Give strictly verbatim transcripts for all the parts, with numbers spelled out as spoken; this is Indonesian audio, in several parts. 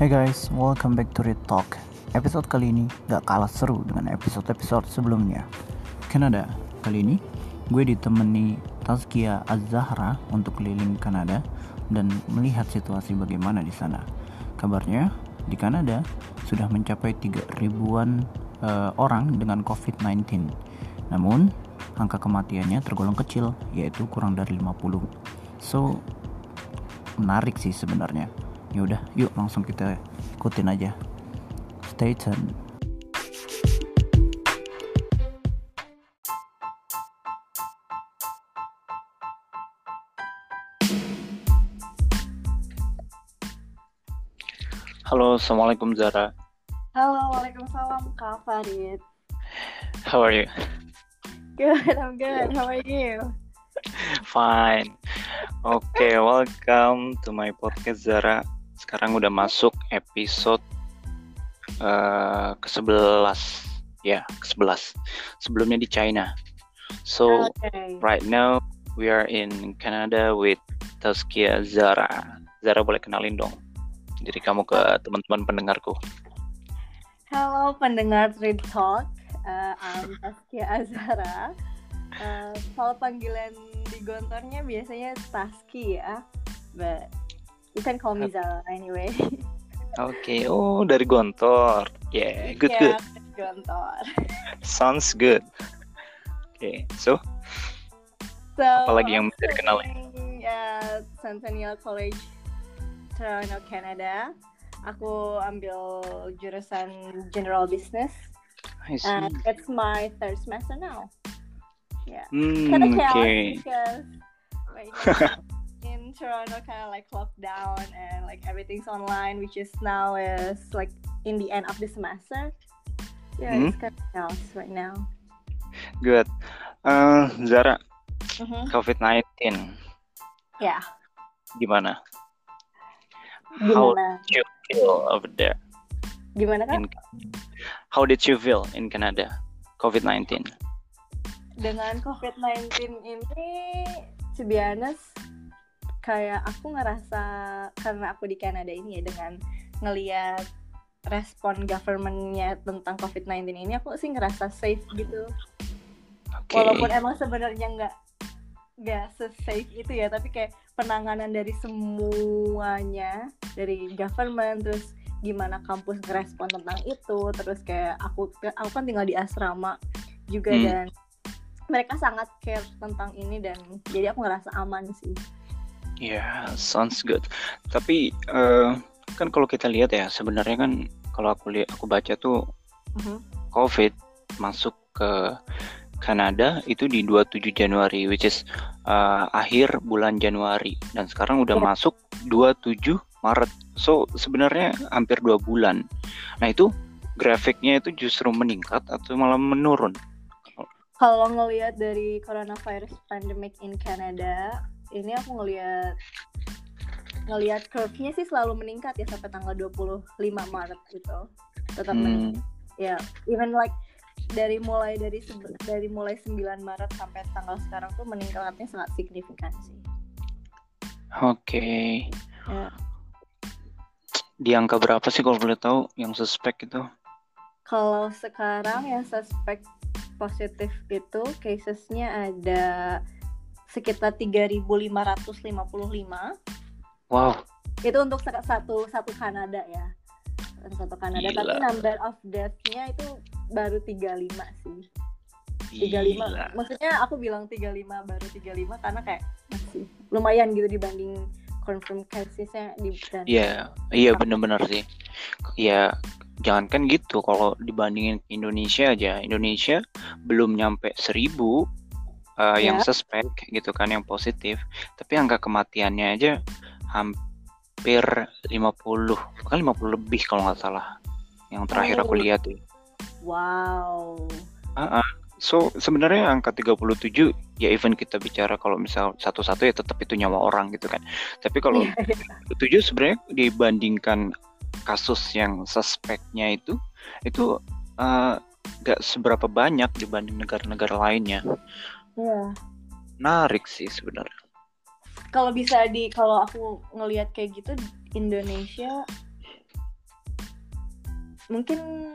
Hey guys, welcome back to Read Talk. Episode kali ini gak kalah seru dengan episode-episode sebelumnya. Kanada, kali ini gue ditemani Tazkia Az-Zahra untuk keliling Kanada dan melihat situasi bagaimana di sana. Kabarnya di Kanada sudah mencapai tiga ribuan uh, orang dengan covid sembilan belas. Namun angka kematiannya tergolong kecil, yaitu kurang dari lima puluh. So menarik sih sebenarnya. Ya udah, yuk langsung kita ikutin aja. Stay tuned. Halo, assalamualaikum Zara. Halo, waalaikumsalam Kak Farid. How are you? Good, I'm good. How are you? Fine. Oke, okay, welcome to my podcast Zara. Sekarang udah masuk episode uh, ke sebelas. Ya, ke sebelas. Sebelumnya di China. So, okay. Right now we are in Canada with Tazkia Zara. Zara, boleh kenalin dong diri kamu ke teman-teman pendengarku. Halo pendengar Read Talk, uh, I'm Tazkia Azhara. Uh, kalau panggilan di gontornya biasanya Tazki ya, but you can call me Zara anyway. Oke, okay. Oh dari Gontor, yeah, good yeah, good. Gontor. Sounds good. Oke, okay. so, so apalagi yang bisa dikenalin? At Centennial College, Toronto, Canada. Aku ambil jurusan General Business. I see. And it's my third semester now. Yeah. Mm, kind of chaos okay. because right now in Toronto kind of like locked down and like everything's online, which is now is like in the end of the semester. Yeah, mm-hmm. It's kind of chaos right now. Good. Uh, Zara, mm-hmm. covid sembilan belas. Yeah. Gimana? Gimana? How did you feel over there? Gimana kan? In, how did you feel in Canada? covid sembilan belas. Dengan covid sembilan belas ini, to be honest, kayak aku ngerasa, karena aku di Kanada ini ya, dengan ngelihat respon government-nya tentang covid sembilan belas ini, aku sih ngerasa safe gitu. Okay. Walaupun emang sebenarnya nggak nggak se-safe itu ya, tapi kayak penanganan dari semuanya, dari government, terus gimana kampus ngerespon tentang itu, terus kayak aku aku kan tinggal di asrama juga, hmm. dan mereka sangat care tentang ini, dan jadi aku ngerasa aman sih. Ya, yeah, sounds good. Tapi uh, kan kalau kita lihat ya, sebenarnya kan kalau aku lihat, aku baca tuh uh-huh. COVID masuk ke Kanada itu di dua puluh tujuh Januari, which is uh, akhir bulan Januari, dan sekarang udah yeah. masuk dua puluh tujuh Maret. So sebenarnya hampir dua bulan. Nah itu grafiknya itu justru meningkat atau malah menurun? Kalau ngelihat dari coronavirus pandemic in Canada, ini aku ngelihat ngelihat curve-nya sih selalu meningkat ya sampai tanggal dua puluh lima Maret gitu. Tetap hmm. meningkat. Ya, yeah, even like dari mulai dari dari mulai sembilan Maret sampai tanggal sekarang tuh meningkatnya sangat signifikan sih. Oke. Okay. Yeah. Di angka berapa sih kalau boleh tahu yang suspek itu? Kalau sekarang yang suspek positif itu casesnya ada sekitar tiga ribu lima ratus lima puluh lima. Wow. Itu untuk satu satu Kanada ya. Satu Kanada. Gila. Tapi number of death-nya itu baru tiga puluh lima sih. tiga puluh lima. Gila. Maksudnya aku bilang tiga puluh lima baru tiga puluh lima karena kayak masih lumayan gitu dibanding confirm cases-nya di dan. Iya, iya benar-benar sih. Ya jangankan gitu, kalau dibandingin Indonesia aja, Indonesia belum nyampe seribu uh, yeah. yang suspek gitu kan, yang positif, tapi angka kematiannya aja hampir lima puluh, bahkan lima puluh lebih kalau nggak salah, yang terakhir oh. aku lihat tuh. Wow. Uh-uh. So sebenarnya angka tiga puluh tujuh ya, even kita bicara kalau misal satu-satu ya tetap itu nyawa orang gitu kan, tapi kalau yeah, yeah. tiga puluh tujuh sebenarnya dibandingkan kasus yang suspeknya itu itu uh, gak seberapa banyak dibanding negara-negara lainnya. Iya. Menarik sih sebenarnya. Kalau bisa di kalau aku ngelihat kayak gitu, Indonesia mungkin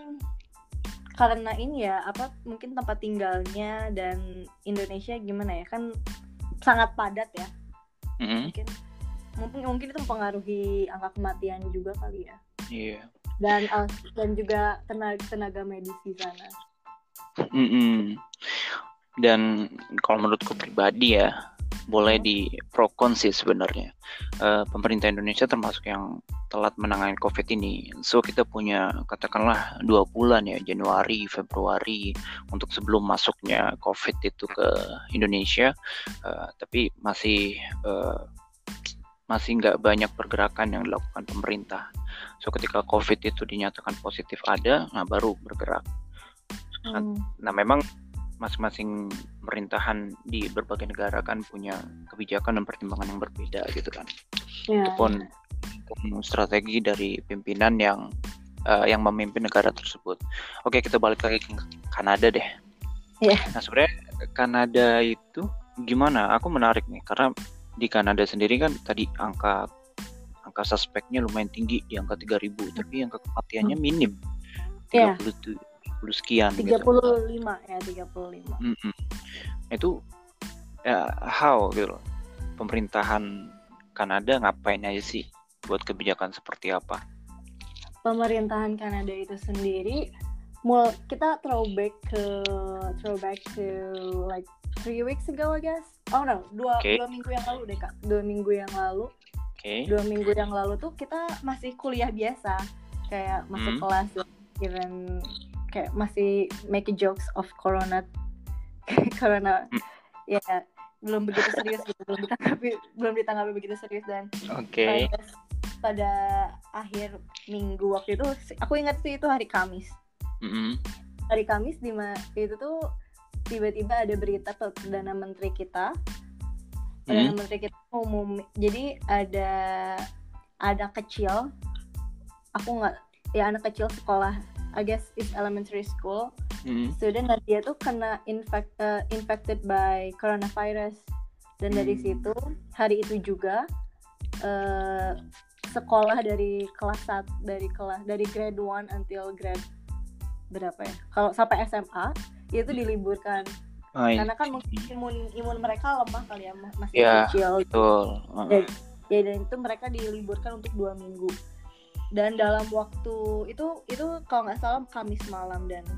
karena ini ya apa mungkin tempat tinggalnya dan Indonesia gimana ya kan sangat padat ya. Mm-hmm. Mungkin mungkin mungkin itu mempengaruhi angka kematian juga kali ya. Iya. Dan uh, dan juga tenaga tenaga medis di sana. Mm-mm. Dan kalau menurutku pribadi ya boleh di pro kon sih sebenarnya. Uh, pemerintah Indonesia termasuk yang telat menangani COVID ini. So kita punya katakanlah dua bulan ya, Januari, Februari untuk sebelum masuknya COVID itu ke Indonesia. Uh, tapi masih uh, masih nggak banyak pergerakan yang dilakukan pemerintah. So ketika COVID itu dinyatakan positif ada, nah baru bergerak. Hmm. Nah memang masing-masing pemerintahan di berbagai negara kan punya kebijakan dan pertimbangan yang berbeda gitu kan. Yeah. Itu pun strategi dari pimpinan yang uh, yang memimpin negara tersebut. Oke, kita balik lagi ke Kanada deh. Yeah. Nah sebenarnya Kanada itu gimana? Aku menarik nih karena di Kanada sendiri kan tadi angka angka suspeknya lumayan tinggi di angka tiga ribu, tapi angka kematiannya minim. tiga puluh tujuh puluh sekian tiga puluh lima gitu. Ya tiga puluh lima. Mm-mm. Itu ya how gitu. Pemerintahan Kanada ngapain aja sih buat kebijakan seperti apa? Pemerintahan Kanada itu sendiri mul kita throwback ke throwback to like three weeks ago I guess. Oh no, dua okay. dua minggu yang lalu deh Kak. Dua minggu yang lalu. Oke. Okay. Dua minggu yang lalu tuh kita masih kuliah biasa, kayak masuk hmm. kelas even kayak masih make jokes of corona corona hmm. ya belum begitu serius gitu, belum ditanggapi belum ditanggapi begitu serius dan okay. pada, pada akhir minggu waktu itu aku ingat sih itu hari Kamis. Mm-hmm. Hari Kamis di ma- itu tuh tiba-tiba ada berita tuh Perdana Menteri kita Perdana mm-hmm. Menteri kita umum jadi ada ada kecil aku nggak ya anak kecil sekolah I guess it's elementary school mm-hmm. student dan dia tuh kena infect, uh, infected by coronavirus dan mm-hmm. dari situ hari itu juga uh, sekolah dari kelas satu dari kelas dari grade one until grade berapa ya kalau sampai S M A itu diliburkan. Oh, karena kan mungkin imun imun mereka lemah kali ya masih yeah, kecil betul. dan, ya, dan itu mereka diliburkan untuk dua minggu. Dan dalam waktu itu itu kalau nggak salah Kamis malam dan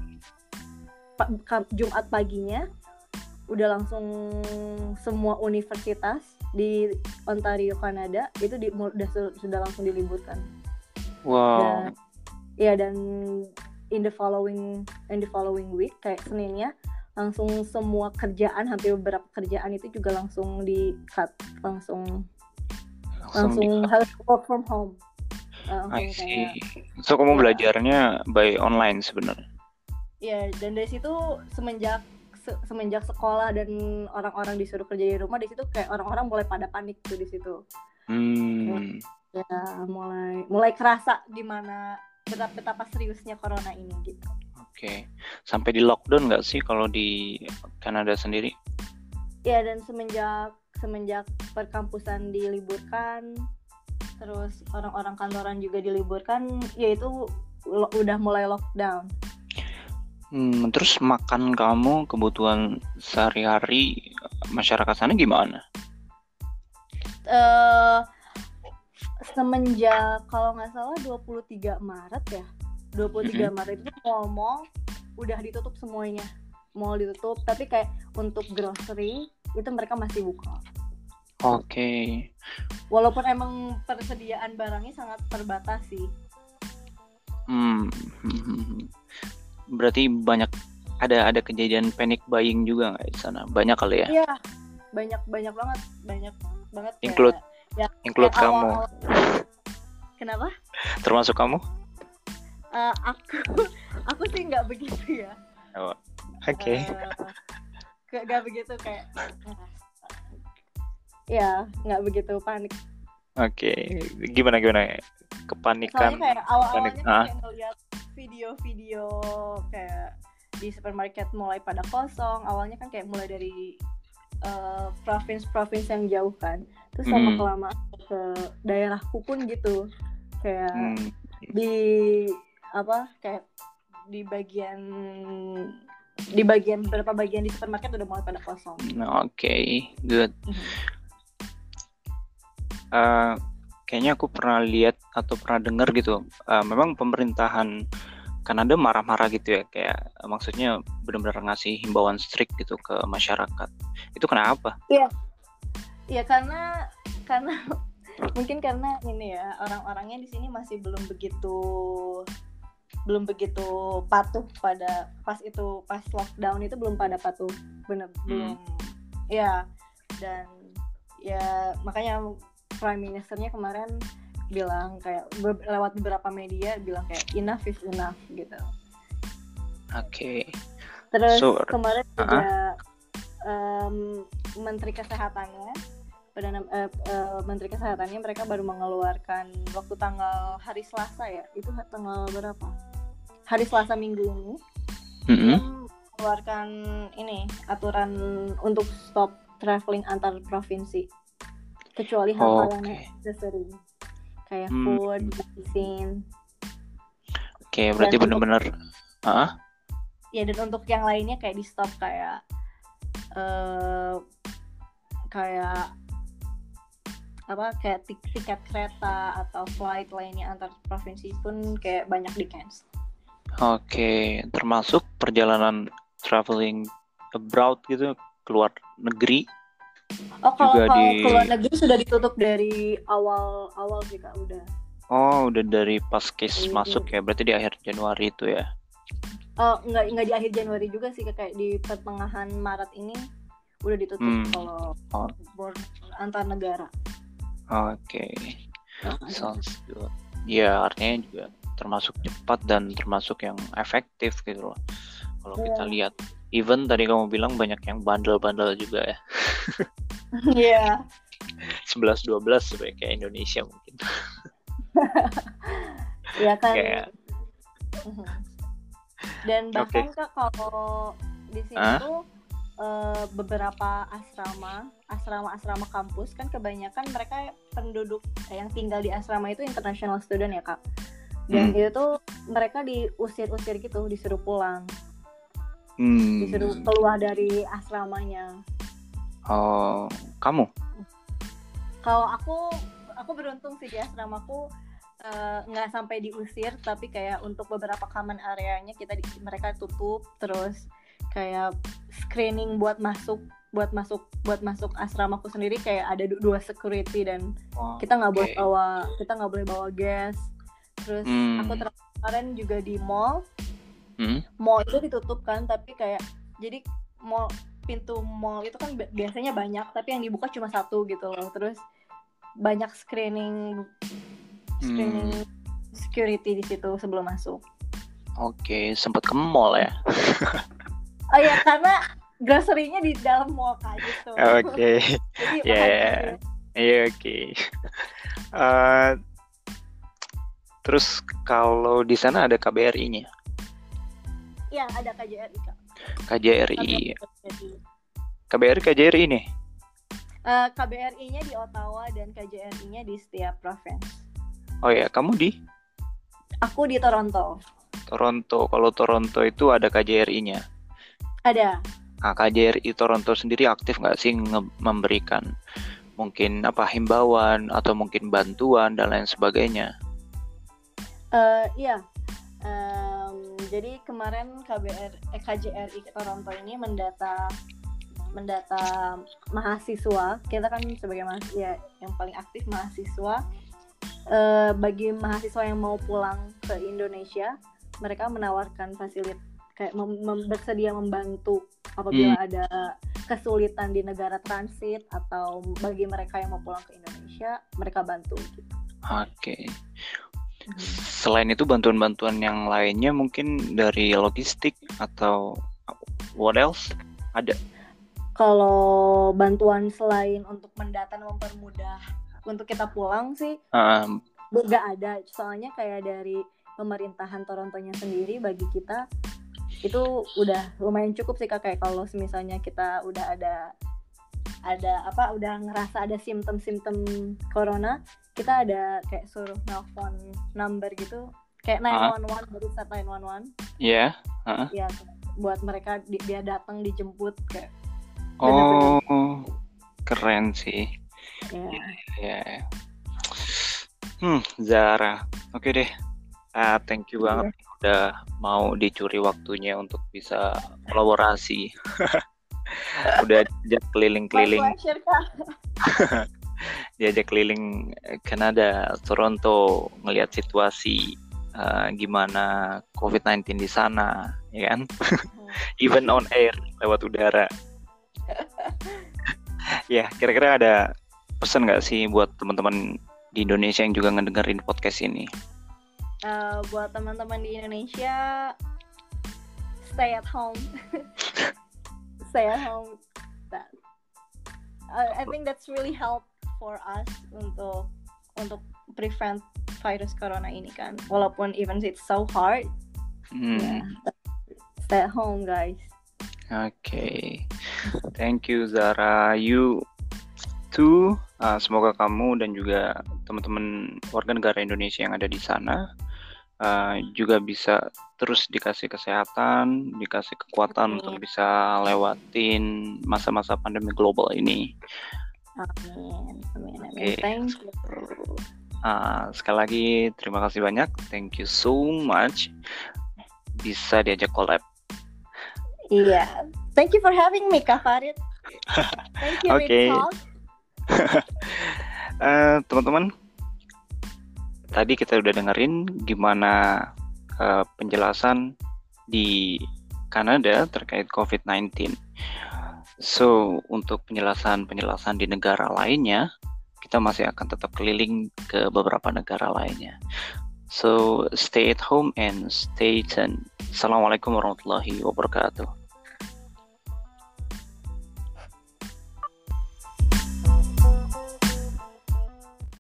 Jumat paginya udah langsung semua universitas di Ontario Kanada itu di, udah sudah langsung diliburkan. Wow. Dan, ya dan in the following in the following week kayak Seninnya langsung semua kerjaan hampir beberapa kerjaan itu juga langsung di cut langsung langsung, langsung harus work from home. Uh, I see. Kayak, so kamu ya. belajarnya by online sebenarnya? Iya, dan dari situ semenjak se- semenjak sekolah dan orang-orang disuruh kerja di rumah, di situ kayak orang-orang mulai pada panik tuh di situ. Hmm. Ya, mulai mulai kerasa gimana betapa, betapa seriusnya corona ini gitu. Oke. Okay. Sampai di lockdown nggak sih kalau di Kanada sendiri? Iya, dan semenjak semenjak perkampusan diliburkan, terus orang-orang kantoran juga diliburkan, yaitu lo- udah mulai lockdown. Hmm, terus makan kamu kebutuhan sehari-hari masyarakat sana gimana? Uh, semenjak kalau nggak salah dua puluh tiga Maret ya, dua puluh tiga mm-hmm. Maret itu mall-mall udah ditutup semuanya, mall ditutup. Tapi kayak untuk grocery itu mereka masih buka. Oke. Okay. Walaupun emang persediaan barangnya sangat terbatas sih. Hmm. Berarti banyak ada ada kejadian panic buying juga nggak di sana? Banyak kali ya? Iya, banyak banyak banget, banyak banget. Include, ya, include kayak kamu. Awal-awal. Kenapa? Termasuk kamu? Uh, aku, aku sih nggak begitu ya. Oh, oke. Okay. Uh, nggak begitu kayak. Ya, nggak begitu panik. Oke, okay. gimana gimana? Kepanikan. Soalnya kayak awal-awalnya panik. Ah. kayak ngeliat video-video kayak di supermarket mulai pada kosong. Awalnya kan kayak mulai dari uh, provinsi-provinsi yang jauh kan. Terus sama hmm. kelamaan ke daerahku pun gitu. Kayak hmm. di apa kayak di bagian di bagian beberapa bagian di supermarket udah mulai pada kosong. Oke, okay, good. Mm-hmm. Uh, kayaknya aku pernah lihat atau pernah dengar gitu. Uh, memang pemerintahan Kanada marah-marah gitu ya, kayak maksudnya benar-benar ngasih himbauan strict gitu ke masyarakat. Itu kenapa? Iya, iya karena karena mungkin karena ini ya orang-orangnya di sini masih belum begitu belum begitu patuh pada pas itu pas lockdown itu belum pada patuh bener hmm. belum ya dan ya makanya Prime Ministernya kemarin bilang kayak be- lewat beberapa media bilang kayak enough is enough gitu. Oke. Okay. Terus so, kemarin uh-huh. juga um, Menteri Kesehatannya, perdana uh, uh, Menteri Kesehatannya mereka baru mengeluarkan waktu tanggal hari Selasa ya, itu tanggal berapa? Hari Selasa minggu ini, mm-hmm. mengeluarkan ini aturan untuk stop traveling antar provinsi, kecuali hal-hal okay. yang necessary. Kayak hmm. food, medicine. Oke, okay, berarti dan benar-benar untuk, uh? Ya, dan untuk yang lainnya kayak di stop kayak uh, kayak apa kayak tik- tiket kereta atau flight lainnya antar provinsi pun kayak banyak di cancel. Oke, okay. Termasuk perjalanan traveling abroad gitu, keluar negeri. Oh, kalau, juga kalau di keluar negeri sudah ditutup dari awal awal sih Kak, udah. Oh, udah dari pas case Jadi, masuk ya, berarti di akhir Januari itu ya? Oh, enggak enggak di akhir Januari juga sih, kayak di pertengahan Maret ini udah ditutup hmm. kalau oh. border antar negara. Oke, okay. Sounds good. Ya, artinya juga termasuk cepat dan termasuk yang efektif gitu loh. Kalau yeah. kita lihat, even tadi kamu bilang banyak yang bandel-bandel juga ya. Iya. sebelas dua belas supaya kayak Indonesia mungkin. Iya kan. Kayak... Dan bahkan okay. Kak kalau di sini huh? tuh uh, beberapa asrama, asrama-asrama kampus kan kebanyakan mereka penduduk yang tinggal di asrama itu international student ya Kak. Dan hmm. itu tuh mereka diusir-usir gitu, disuruh pulang. Hmm. Disuruh keluar dari asramanya. Oh, kamu? Kalau aku, aku beruntung sih di asramaku nggak uh, sampai diusir, tapi kayak untuk beberapa common areanya kita di, mereka tutup, terus kayak screening buat masuk, buat masuk, buat masuk asramaku sendiri kayak ada dua security dan oh, kita nggak okay. boleh bawa, kita nggak boleh bawa gas. Terus hmm. aku terakhir kemarin juga di mall, hmm? mall itu ditutup kan, tapi kayak jadi mall pintu mall itu kan biasanya banyak, tapi yang dibuka cuma satu gitu loh. Terus banyak screening, screening hmm. security di situ sebelum masuk. Oke, sempat ke mall ya? Oh ya, karena grocery-nya di dalam mall kayak gitu. Oke, ya, iya oke. Terus kalau di sana ada K B R I-nya? Iya, ada K J R I Kak. K J R I. K B R I K J R I nih? Uh, K B R I-nya di Ottawa dan K J R I-nya di setiap provinsi. Oh ya, kamu di? Aku di Toronto. Toronto. Kalau Toronto itu ada K J R I-nya? Ada. Nah, K J R I Toronto sendiri aktif nggak sih nge- memberikan mungkin apa himbauan atau mungkin bantuan dan lain sebagainya? Uh, iya. Um, jadi kemarin K B R eh, K J R I Toronto ini mendata mendata mahasiswa. Kita kan sebagai mahasiswa ya, yang paling aktif mahasiswa. Uh, bagi mahasiswa yang mau pulang ke Indonesia, mereka menawarkan fasilitas kayak mem- mem- bersedia membantu apabila hmm. ada kesulitan di negara transit atau bagi mereka yang mau pulang ke Indonesia, mereka bantu gitu. Oke. Okay. Selain itu bantuan-bantuan yang lainnya mungkin dari logistik atau what else ada? Kalau bantuan selain untuk mendata dan mempermudah untuk kita pulang sih um, nggak ada. Soalnya kayak dari pemerintahan Torontonya sendiri bagi kita itu udah lumayan cukup sih Kak. Kayak kalau misalnya kita udah ada ada apa udah ngerasa ada simptom-simptom corona, kita ada kayak suruh nelfon number gitu kayak Ah. nine one one baru set nine one one. Ya. Heeh. Ya buat mereka di- dia datang dijemput kayak Oh, keren sih. ya. Ya. Hmm, Zara. Oke deh. Ah, thank you banget udah mau dicuri waktunya untuk bisa kolaborasi. Udah diajak My keliling-keliling, pleasure, Kak. diajak keliling Kanada, Toronto, ngelihat situasi eh, gimana covid sembilan belas di sana, ya kan? Even on air lewat udara. Ya, kira-kira ada pesan nggak sih buat teman-teman di Indonesia yang juga ngedengerin podcast ini? Uh, buat teman-teman di Indonesia, stay at home. Stay at home. That, uh, I think that's really help for us untuk untuk prevent virus corona ini kan. Walaupun even it's so hard, Hmm. yeah, stay at home, guys. Oke, okay. Thank you Zara. You too. Uh, semoga kamu dan juga teman-teman warga negara Indonesia yang ada di sana uh, juga bisa terus dikasih kesehatan, dikasih kekuatan Amin. untuk bisa lewatin masa-masa pandemi global ini. Amin, amin, amin. Okay. Thank you. Uh, sekali lagi terima kasih banyak. Thank you so much. Bisa diajak collab. Iya, yeah. Thank you for having me, Kak Farid. Thank you, Oke. Real Talk. uh, teman-teman, tadi kita udah dengerin gimana uh, penjelasan di Kanada terkait covid sembilan belas. So, untuk penjelasan-penjelasan di negara lainnya, kita masih akan tetap keliling ke beberapa negara lainnya. So, stay at home and stay tuned. Assalamualaikum warahmatullahi wabarakatuh.